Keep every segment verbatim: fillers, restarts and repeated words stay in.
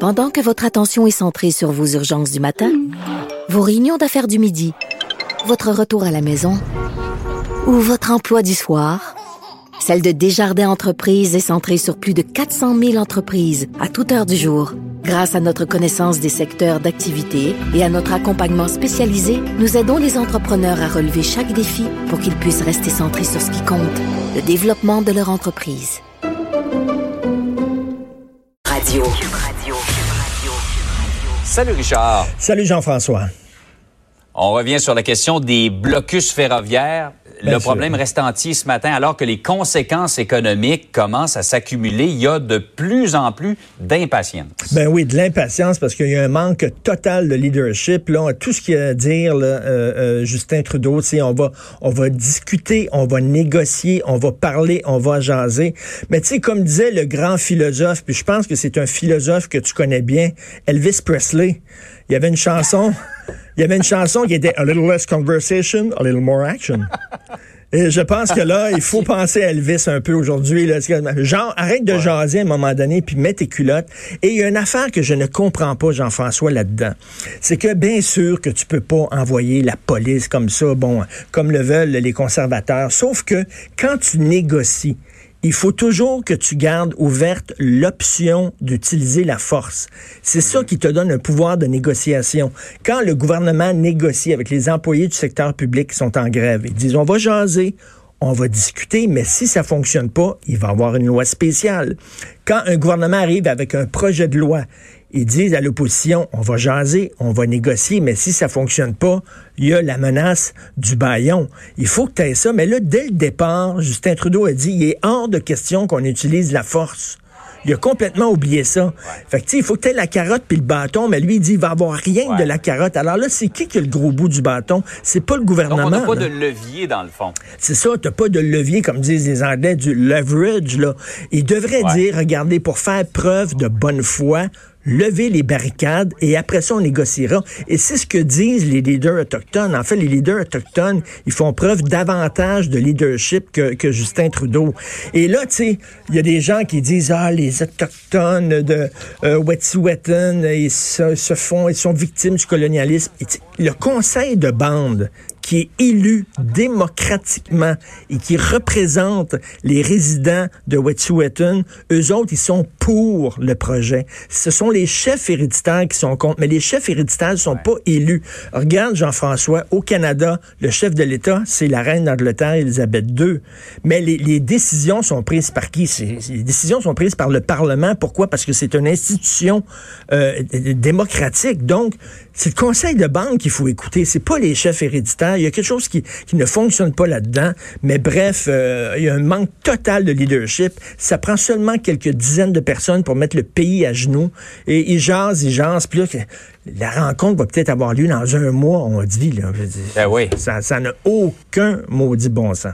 Pendant que votre attention est centrée sur vos urgences du matin, vos réunions d'affaires du midi, votre retour à la maison ou votre emploi du soir, celle de Desjardins Entreprises est centrée sur plus de quatre cent mille entreprises à toute heure du jour. Grâce à notre connaissance des secteurs d'activité et à notre accompagnement spécialisé, nous aidons les entrepreneurs à relever chaque défi pour qu'ils puissent rester centrés sur ce qui compte, le développement de leur entreprise. Radio. Salut Richard. Salut Jean-François. On revient sur la question des blocus ferroviaires. Bien le sûr. problème reste entier ce matin, alors que les conséquences économiques commencent à s'accumuler. Il y a de plus en plus d'impatience. Ben oui, de l'impatience, parce qu'il y a un manque total de leadership. Là, tout ce qu'il y a à dire, là, euh, euh, Justin Trudeau, c'est on va, on va discuter, on va négocier, on va parler, on va jaser. Mais tu sais, comme disait le grand philosophe, puis je pense que c'est un philosophe que tu connais bien, Elvis Presley. Il y avait une chanson, il y avait une chanson qui était A little less conversation, a little more action. Et je pense que là, il faut penser à Elvis un peu aujourd'hui. Là. Genre, arrête de ouais. jaser à un moment donné, puis mets tes culottes. Et il y a une affaire que je ne comprends pas, Jean-François, là-dedans. C'est que bien sûr que tu peux pas envoyer la police comme ça, bon, comme le veulent les conservateurs. Sauf que quand tu négocies, il faut toujours que tu gardes ouverte l'option d'utiliser la force. C'est ça qui te donne un pouvoir de négociation. Quand le gouvernement négocie avec les employés du secteur public qui sont en grève, ils disent on va jaser, on va discuter, mais si ça fonctionne pas, il va y avoir une loi spéciale. Quand un gouvernement arrive avec un projet de loi, ils disent à l'opposition, on va jaser, on va négocier, mais si ça fonctionne pas, il y a la menace du bâillon. Il faut que tu aies ça. Mais là, dès le départ, Justin Trudeau a dit, il est hors de question qu'on utilise la force. Il a complètement oublié ça. Ouais. Fait que, tu sais, il faut que tu aies la carotte puis le bâton, mais lui, il dit, il va avoir rien ouais. de la carotte. Alors là, c'est qui qui a le gros bout du bâton? C'est pas le gouvernement. Donc, on n'a pas là. de levier, dans le fond. C'est ça, t'as pas de levier, comme disent les Anglais, du leverage, là. Il devrait ouais. dire, regardez, pour faire preuve de bonne foi, lever les barricades et après ça, on négociera. Et c'est ce que disent les leaders autochtones. En fait, les leaders autochtones, ils font preuve davantage de leadership que, que Justin Trudeau. Et là, tu sais, il y a des gens qui disent, ah, les autochtones de euh, Wet'suwet'en, ils se, se font, ils sont victimes du colonialisme. Et le conseil de bande qui est élu démocratiquement et qui représente les résidents de Wet'suwet'en, eux autres, ils sont pour le projet. Ce sont les chefs héréditaires qui sont contre, mais les chefs héréditaires ne sont ouais. pas élus. Regarde, Jean-François, au Canada, le chef de l'État, c'est la reine d'Angleterre, Élisabeth deux. Mais les, les décisions sont prises par qui? C'est, les décisions sont prises par le Parlement. Pourquoi? Parce que c'est une institution euh, démocratique. Donc, c'est le conseil de bande qu'il faut écouter. C'est pas les chefs héréditaires. Il y a quelque chose qui, qui ne fonctionne pas là-dedans. Mais bref, euh, il y a un manque total de leadership. Ça prend seulement quelques dizaines de personnes pour mettre le pays à genoux. Et ils jasent, ils jasent. Puis là, la rencontre va peut-être avoir lieu dans un mois, on dit. Là. Ben oui. Ça, ça n'a aucun maudit bon sens.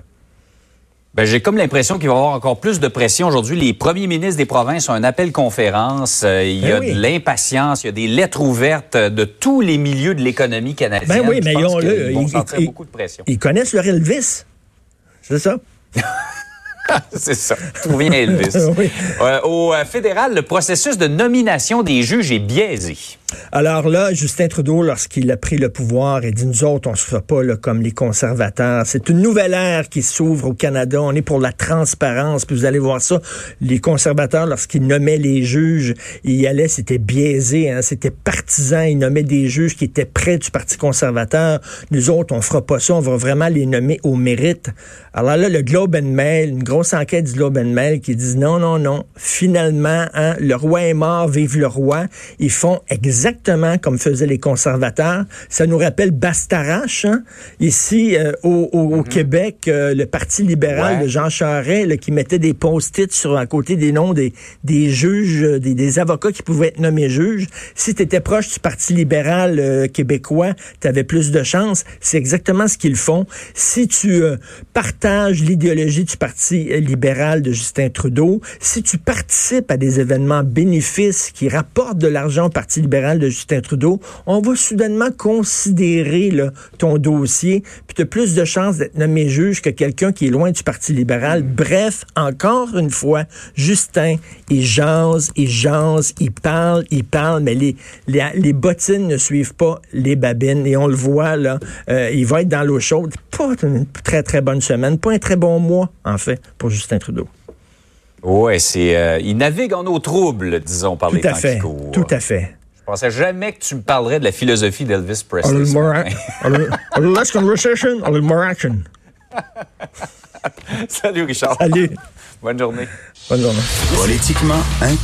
Ben, j'ai comme l'impression qu'il va y avoir encore plus de pression aujourd'hui. Les premiers ministres des provinces ont un appel conférence. Euh, il y a oui. de l'impatience, il y a des lettres ouvertes de tous les milieux de l'économie canadienne. Ben oui, mais Je pense ils, ont, ils vont ils, sentir ils, beaucoup de pression. Ils connaissent leur Elvis. C'est ça. C'est ça. Tout vient Elvis. oui. euh, au euh, fédéral, le processus de nomination des juges est biaisé. Alors là, Justin Trudeau, lorsqu'il a pris le pouvoir, il dit, nous autres, on ne se fera pas là, comme les conservateurs. C'est une nouvelle ère qui s'ouvre au Canada. On est pour la transparence. Puis vous allez voir ça. Les conservateurs, lorsqu'ils nommaient les juges, ils y allaient, c'était biaisé. Hein, c'était partisan. Ils nommaient des juges qui étaient près du Parti conservateur. Nous autres, on fera pas ça. On va vraiment les nommer au mérite. Alors là, le Globe and Mail, une grosse enquête du Globe and Mail qui dit non, non, non. Finalement, hein, le roi est mort, vive le roi. Ils font exactement exactement comme faisaient les conservateurs. Ça nous rappelle Bastarache, hein? Ici, euh, au, au, au mm-hmm. Québec, euh, le Parti libéral ouais. de Jean Charest, là, qui mettait des post-it sur à côté des noms des, des juges, des, des avocats qui pouvaient être nommés juges. Si tu étais proche du Parti libéral euh, québécois, tu avais plus de chances. C'est exactement ce qu'ils font. Si tu euh, partages l'idéologie du Parti libéral de Justin Trudeau, si tu participes à des événements bénéfices qui rapportent de l'argent au Parti libéral de Justin Trudeau, on va soudainement considérer là, ton dossier, puis tu as plus de chances d'être nommé juge que quelqu'un qui est loin du Parti libéral. Mmh. Bref, encore une fois, Justin, il jase, il jase, il parle, il parle, mais les, les, les bottines ne suivent pas les babines. Et on le voit, là, euh, il va être dans l'eau chaude. Pas une très, très bonne semaine, pas un très bon mois, en fait, pour Justin Trudeau. Oui, c'est, euh, il navigue en eau trouble, disons, par les temps qui courent. Tout à fait. Je pensais jamais que tu me parlerais de la philosophie d'Elvis Presley. A little more, a little, a little less conversation, a little more action. Salut, Richard. Salut. Bonne journée. Bonne journée. Politiquement incorrect.